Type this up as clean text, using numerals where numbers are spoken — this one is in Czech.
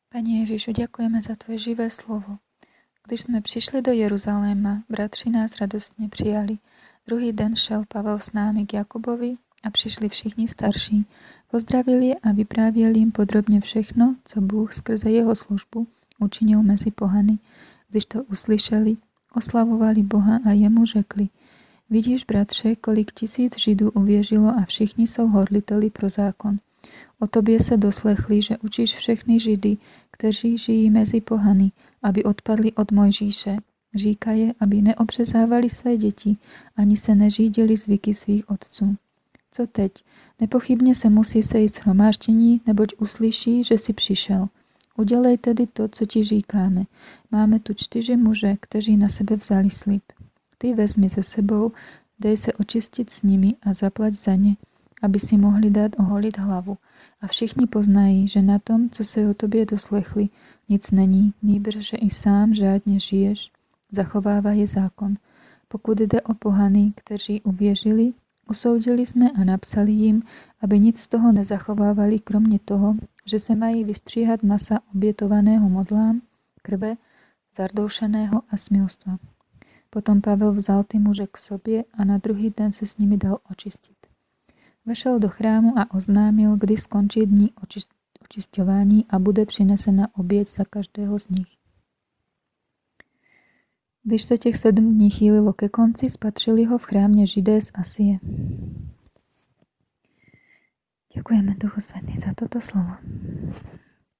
Pane Ježišu, ďakujeme za Tvoje živé slovo. Když jsme přišli do Jeruzaléma, bratři nás radostně přijali. Druhý den šel Pavel s námi k Jakubovi a přišli všichni starší. Pozdravili je a vyprávěli jim podrobně všechno, co Bůh skrze jeho službu učinil mezi pohany. Když to uslyšeli, oslavovali Boha a jemu řekli: Vidíš, bratře, kolik 1000 Židů uvěřilo a všichni jsou horliteli pro zákon. O tobě se doslechli, že učíš všechny Židy, kteří žijí mezi pohany, aby odpadli od Mojžíše. Říkaje, aby neobřezávali své děti, ani se neřídili zvyky svých otců. Co teď? Nepochybně se musí sejít shromáždění, neboť uslyší, že jsi přišel. Udělej tedy to, co ti říkáme. Máme tu 4 muže, kteří na sebe vzali slib. Ty vezmi ze sebou, dej se očistit s nimi a zaplať za ně, aby si mohli dát oholit hlavu. A všichni poznají, že na tom, co se o tobě doslechli, nic není, nýbrž, že i sám řádně žiješ, zachovávají zákon. Pokud jde o pohany, kteří uvěřili, usoudili jsme a napsali jim, aby nic z toho nezachovávali, kromě toho, že se mají vystříhat masa obětovaného modlám, krve, zardoušeného a smilstva. Potom Pavel vzal ty muže k sobě a na druhý den se s nimi dal očistit. Vešel do chrámu a oznámil, kdy skončí dní očisťování a bude přinesena oběť za každého z nich. Když se těch 7 dní chýlilo ke konci, spatřili ho v chrámě Židé z Asie. Děkujeme, Duchu Svatý, za toto slovo.